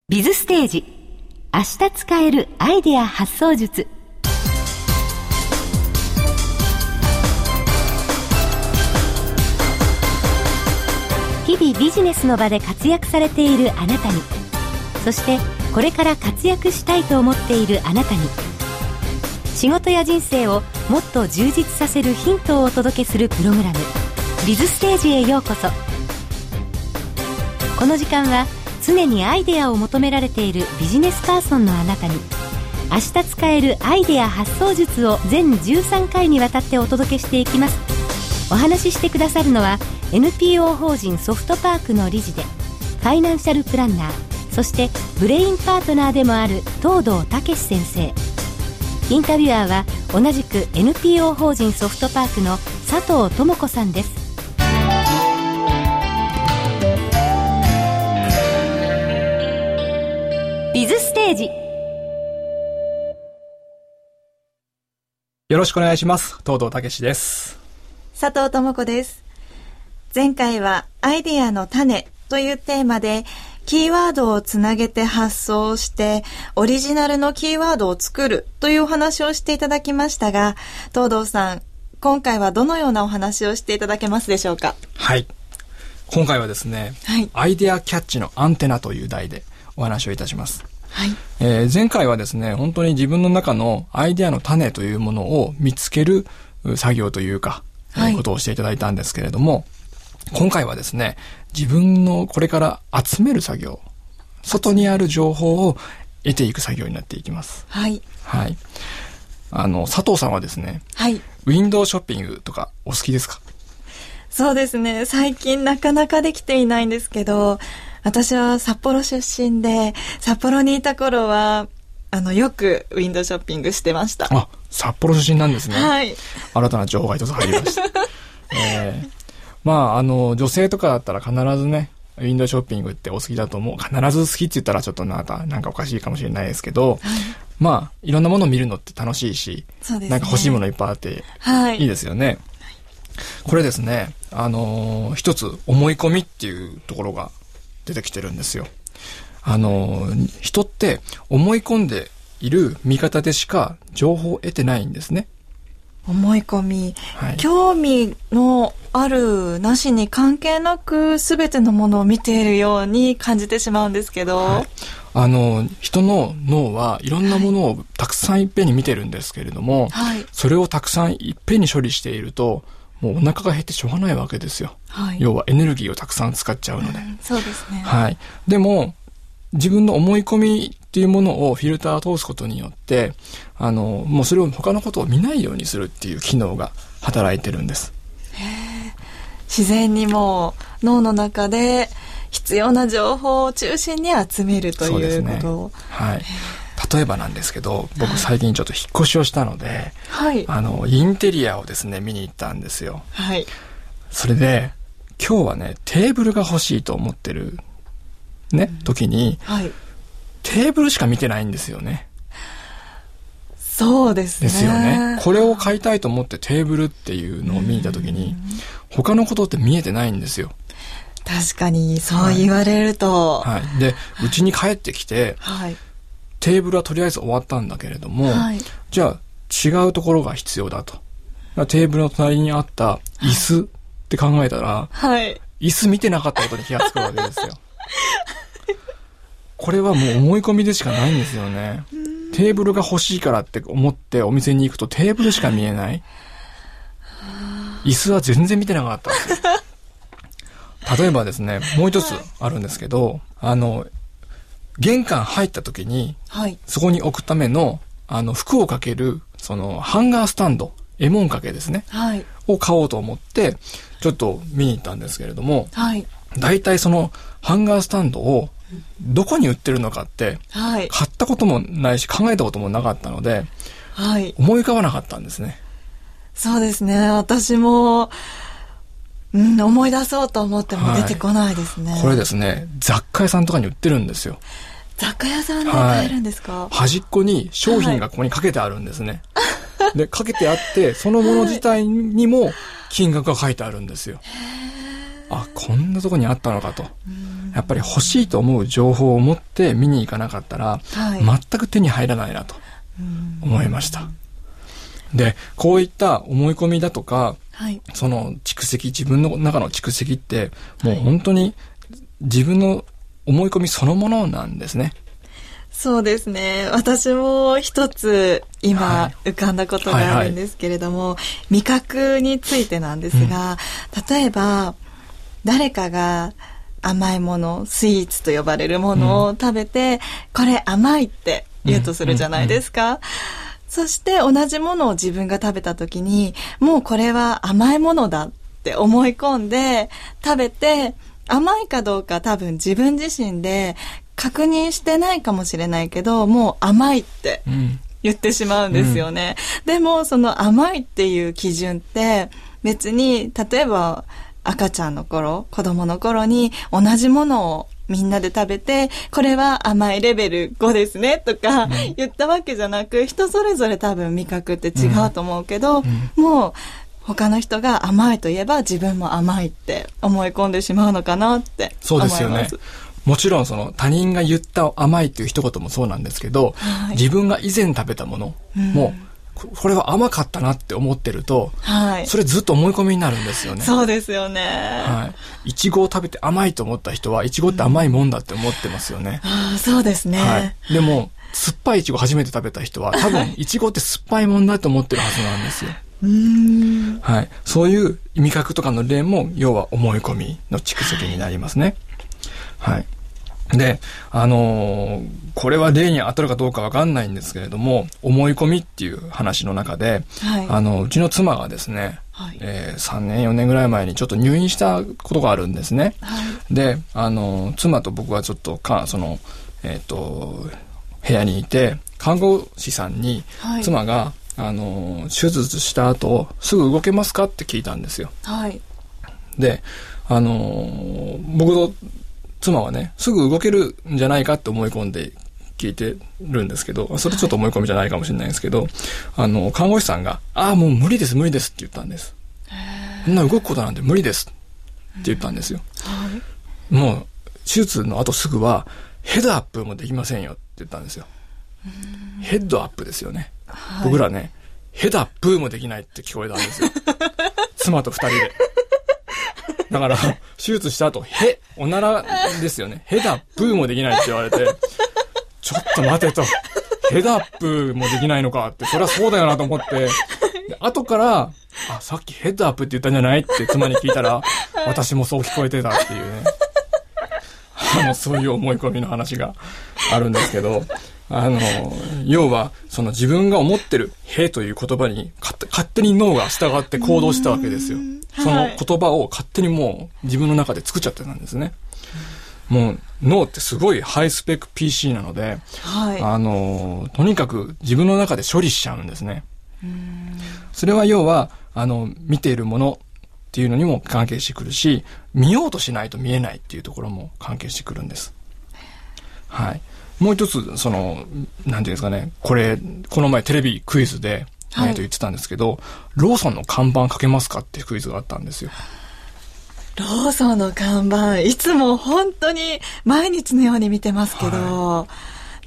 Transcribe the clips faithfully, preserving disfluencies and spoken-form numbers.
ビズステージ、明日使えるアイデア発想術。日々ビジネスの場で活躍されているあなたに、そしてこれから活躍したいと思っているあなたに、仕事や人生をもっと充実させるヒントをお届けするプログラム、ビズステージへようこそ。この時間は常にアイデアを求められているビジネスパーソンのあなたに、明日使えるアイデア発想術を全じゅうさんかいにわたってお届けしていきます。お話ししてくださるのは エヌピーオー 法人ソフトパークの理事でファイナンシャルプランナー、そしてブレインパートナーでもある東堂武先生。インタビュアーは同じく エヌピーオー 法人ソフトパークの佐藤智子さんです。ビズステージ、 よろしくお願いします。東堂武です。 佐藤智子です。前回はアイデアの種というテーマでキーワードをつなげて発想してオリジナルのキーワードを作るというお話をしていただきましたが、東堂さん、今回はどのようなお話をしていただけますでしょうか？ はい、今回はですね、はい、アイデアキャッチのアンテナという題でお話をいたします。はい、えー、前回はですね、本当に自分の中のアイデアの種というものを見つける作業というか、はい、ことをしていただいたんですけれども、今回はですね、自分のこれから集める作業、外にある情報を得ていく作業になっていきます。はい。はい。あの、佐藤さんはですね、はい。ウィンドウショッピングとかお好きですか？ そうですね、最近なかなかできていないんですけど、私は札幌出身で、札幌にいた頃は、あの、よくウィンドウショッピングしてました。 あ、札幌出身なんですね。 はい。 新たな情報が一つ入りました。えー、まあ、あの、女性とかだったら必ずね、ウィンドウショッピングってお好きだと思う。必ず好きって言ったらちょっとなんか、なんかおかしいかもしれないですけど、はい、まあ、いろんなものを見るのって楽しいし、そうですね、なんか欲しいものいっぱいあって、はい、いいですよね。はい、これですね、あのー、一つ思い込みっていうところが出てきてるんですよ。あのー、人って思い込んでいる見方でしか情報を得てないんですね。 思い込み、はい、興味のあるなしに関係なく全てのものを見ているように感じてしまうんですけど、はい、 あの人の脳はいろんなものをたくさんいっぺんに見てるんですけれども、はい、それをたくさんいっぺんに処理しているともうお腹が減ってしょうがないわけですよ。はい、要はエネルギーをたくさん使っちゃうので、うん、 そうですね。 はい。でも自分の思い込みっていうものをフィルターを通すことによって、あのもうそれを他のことを見ないようにするっていう機能が働いてるんです。 へー、自然にもう脳の中で必要な情報を中心に集めるということを、ね、 はい。例えばなんですけど、僕最近ちょっと引っ越しをしたので、はい、あのインテリアをですね見に行ったんですよ。はい。それで今日はねテーブルが欲しいと思ってるね、うん、時に、はい、テーブルしか見てないんですよね。 そうですね。 ですよね。これを買いたいと思ってテーブルっていうのを見に行った時に、他のことって見えてないんですよ。 確かにそう言われると、 はいはい、で家に帰ってきて、はい、テーブルはとりあえず終わったんだけれども、はい、じゃあ違うところが必要だと。テーブルの隣にあった椅子って考えたら、はい、椅子見てなかったことに気がつくわけですよ。これはもう思い込みでしかないんですよね。テーブルが欲しいからって思ってお店に行くとテーブルしか見えない。椅子は全然見てなかったんですよ。例えばですね、もう一つあるんですけど、あの玄関入った時に、はい、そこに置くためのあの服をかけるそのハンガースタンド、エモン掛けですね、はい、を買おうと思ってちょっと見に行ったんですけれども、はい、だいたいそのハンガースタンドをどこに売ってるのかって、はい、買ったこともないし考えたこともなかったので、はい、思い浮かばなかったんですね。 そうですね。私も、うん、思い出そうと思っても出てこないですね。 はい、これですね、雑貨屋さんとかに売ってるんですよ。 雑貨屋さんで買えるんですか？ はい、端っこに商品がここにかけてあるんですね。はい、でかけてあってそのもの自体にも金額が書いてあるんですよ。はい、あ、こんなとこにあったのかと。うん、 やっぱり欲しいと思う情報を持って見に行かなかったら、はい、全く手に入らないなと思いました。で、こういった思い込みだとか、はい、その蓄積、自分の中の蓄積ってもう本当に自分の思い込みそのものなんですね。 そうですね。私も一つ今浮かんだことがあるんですけれども、はいはいはい、味覚についてなんですが、うん、例えば誰かが甘いもの、スイーツと呼ばれるものを食べて、うん、これ甘いって言うとするじゃないですか。うんうんうん、そして同じものを自分が食べた時に、もうこれは甘いものだって思い込んで食べて、甘いかどうか多分自分自身で確認してないかもしれないけど、もう甘いって言ってしまうんですよね。うんうん、でもその甘いっていう基準って別に、例えば赤ちゃんの頃、子供の頃に同じものをみんなで食べて、これは甘いレベルごですねとか言ったわけじゃなく、人それぞれ多分味覚って違うと思うけど、うんうん、もう他の人が甘いと言えば自分も甘いって思い込んでしまうのかなって思います。 そうですよね。もちろんその他人が言った甘いっていう一言もそうなんですけど、はい、自分が以前食べたものも、うん、これは甘かったなって思ってると、はい、それずっと思い込みになるんですよね。 そうですよね。 はい。いちごを食べて甘いと思った人は、いちごって甘いもんだって思ってますよね。 うん、ああ、そうですね。 はい。でも、酸っぱいいちご初めて食べた人は、多分いちごって酸っぱいもんだと思ってるはずなんですよ。うーん、はい。そういう味覚とかの例も、要は思い込みの蓄積になりますね。はい。で、あのー、これは例に当たるかどうかわかんないんですけれども、思い込みっていう話の中で、はい、あの、うちの妻がですね、はい、えー、さんねんよねんぐらい前にちょっと入院したことがあるんですね。はい、で、あの、妻と僕はちょっとか、その、えっと、部屋にいて、看護師さんに、妻が、はい、あの、手術した後、すぐ動けますかって聞いたんですよ。はい、で、あの、僕と、妻はね、すぐ動けるんじゃないかって思い込んで聞いてるんですけど、それちょっと思い込みじゃないかもしれないんですけど、はい、あの、看護師さんが、ああ、もう無理です、無理ですって言ったんです。そんな動くことなんて無理ですって言ったんですよ。はい、もう、手術の後すぐは、ヘッドアップもできませんよって言ったんですよ。ヘッドアップですよね。はい、僕らね、ヘッドアップもできないって聞こえたんですよ。妻と二人で。だから、手術した後、へ、おならですよね。ヘダプーもできないって言われて、ちょっと待てと、ヘダプーもできないのかって、そりゃそうだよなと思って、で後から、あ、さっきヘッドアップって言ったんじゃないって妻に聞いたら、私もそう聞こえてたっていうね。あの、そういう思い込みの話があるんですけど、あの、要は、その自分が思ってる、へという言葉に勝手に脳が従って行動したわけですよ。その言葉を勝手にもう自分の中で作っちゃってたんですね。もう脳ってすごいハイスペック ピーシー なので、はい、あの、とにかく自分の中で処理しちゃうんですね。うーん、それは要は、あの、見ているものっていうのにも関係してくるし、見ようとしないと見えないっていうところも関係してくるんです。はい。もう一つ、その、なんていうんですかね、これ、この前テレビクイズで、はい、えーと言ってたんですけど、ローソンの看板かけますかっていうクイズがあったんですよ。 ローソンの看板、いつも本当に毎日のように見てますけど、はい、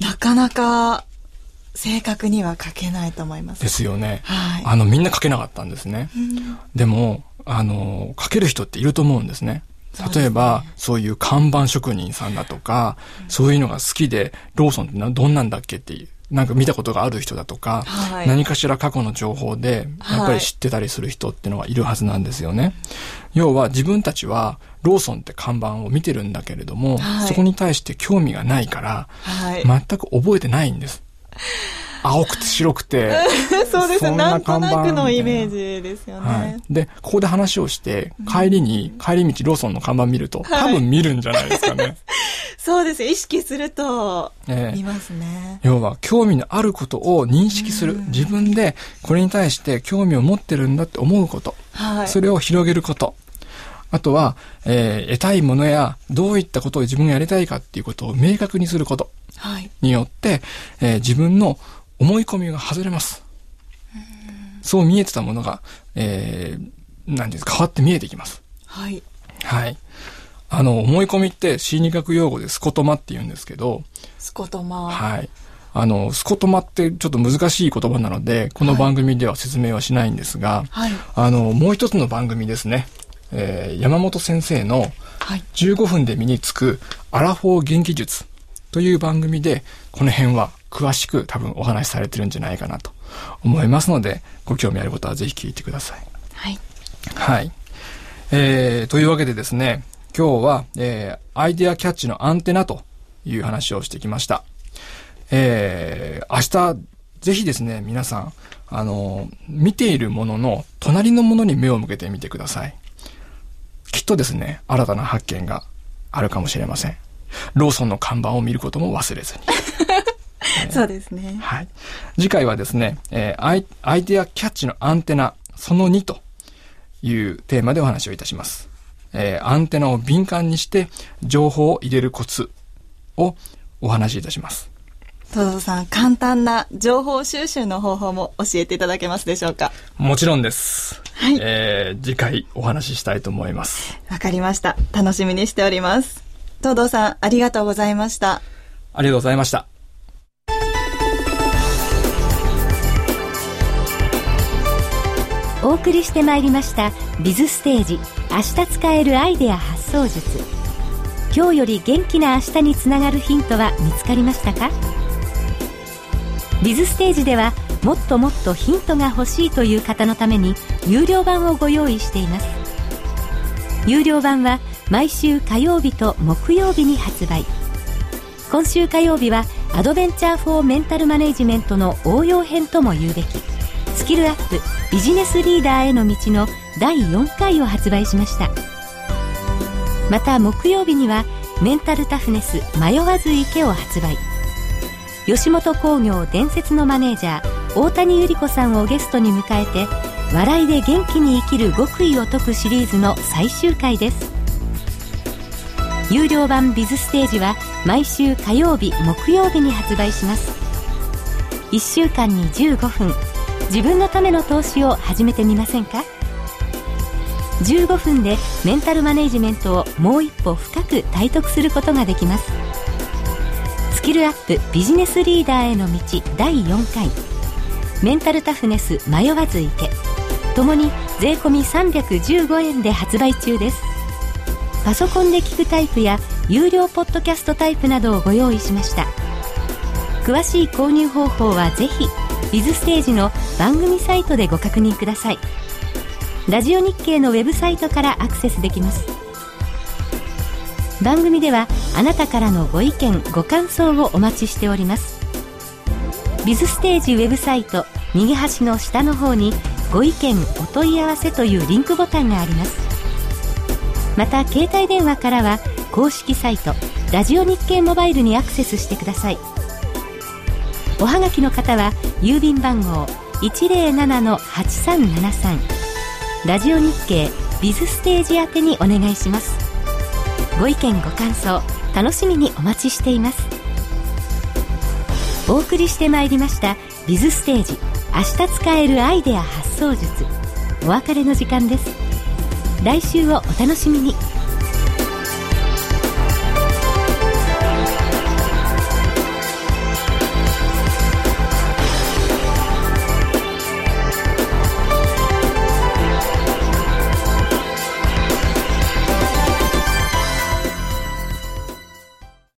なかなか正確には書けないと思います。 ですよね。はい、あの、みんな書けなかったんですね。うん、でも、あの、書ける人っていると思うんですね。例えば、ね、そういう看板職人さんだとか、うん、そういうのが好きで、ローソンってどんなんだっけっていう、なんか見たことがある人だとか、はい、何かしら過去の情報で、やっぱり知ってたりする人っていうのがいるはずなんですよね。はい、要は自分たちは、ローソンって看板を見てるんだけれども、はい、そこに対して興味がないから、はい、全く覚えてないんです。青くて白くてそうですね、なんとなくのイメージですよね。はい、 で、ここで話をして、帰りに、うん、帰り道ローソンの看板見ると、多分見るんじゃないですかね。はい、 そうです。意識すると、見ますね。 要は、興味のあることを認識する。自分で、これに対して興味を持ってるんだって思うこと。はい、それを広げること。あとは、えー、得たいものや、どういったことを自分がやりたいかっていうことを明確にすること。はい、によって、えー、自分の思い込みが外れます。そう見えてたものが、えー、何ですか、変わって見えてきます。はい。はい。 あの、思い込みって心理学用語でスコトマって言うんですけど。 スコトマ。 はい。あの、スコトマってちょっと難しい言葉なので、この番組では説明はしないんですが、はい、あの、もう一つの番組ですね。えー、山本先生のじゅうごふんで身につくアラフォー元気術という番組で、この辺は詳しく多分お話しされてるんじゃないかなと思いますので、ご興味あることはぜひ聞いてください。 はい。 はい。えー、というわけでですね、今日は、えー、アイデアキャッチのアンテナという話をしてきました。えー、明日、ぜひですね、皆さん、あの、見ているものの隣のものに目を向けてみてください。きっとですね、新たな発見があるかもしれません。ローソンの看板を見ることも忘れずに。 えー、そうですね。 はい。次回はですね、えーアイ、アイデアキャッチのアンテナ、そのにというテーマでお話をいたします。えー、アンテナを敏感にして情報を入れるコツをお話しいたします。 東堂さん、簡単な情報収集の方法も教えていただけますでしょうか？ もちろんです。 はい。 えー、次回お話ししたいと思います。 わかりました。楽しみにしております。東堂さん、ありがとうございました。 ありがとうございました。 お送りしてまいりましたビズステージ、明日使えるアイデア発想術。今日より元気な明日につながるヒントは見つかりましたか？ビズステージではもっともっとヒントが欲しいという方のために有料版をご用意しています。有料版は毎週火曜日と木曜日に発売。今週火曜日はアドベンチャーフォーメンタルマネジメントの応用編とも言うべきスキルアップビジネスリーダーへの道のだいよんかいを発売しました。また木曜日にはメンタルタフネス迷わず行けを発売。吉本興業伝説のマネージャー大谷百合子さんをゲストに迎えて笑いで元気に生きる極意を説くシリーズの最終回です。有料版ビズステージは毎週火曜日木曜日に発売します。いっしゅうかんにじゅうごふん、自分のための投資を始めてみませんか？じゅうごふんでメンタルマネジメントをもう一歩深く体得することができます。スキルアップビジネスリーダーへの道だいよんかい、メンタルタフネス迷わず行け、ともに税込みさんびゃくじゅうごえんで発売中です。パソコンで聞くタイプや有料ポッドキャストタイプなどをご用意しました。詳しい購入方法はぜひビズステージの番組サイトでご確認ください。ラジオ日経のウェブサイトからアクセスできます。番組ではあなたからのご意見ご感想をお待ちしております。ビズステージウェブサイト右端の下の方にご意見お問い合わせというリンクボタンがあります。また携帯電話からは公式サイトラジオ日経モバイルにアクセスしてください。おはがきの方は郵便番号 いちぜろななのはちさんななさん ラジオ日経ビズステージ宛てにお願いします。ご意見ご感想楽しみにお待ちしています。お送りしてまいりましたビズステージ、明日使えるアイデア発想術。お別れの時間です。来週をお楽しみに。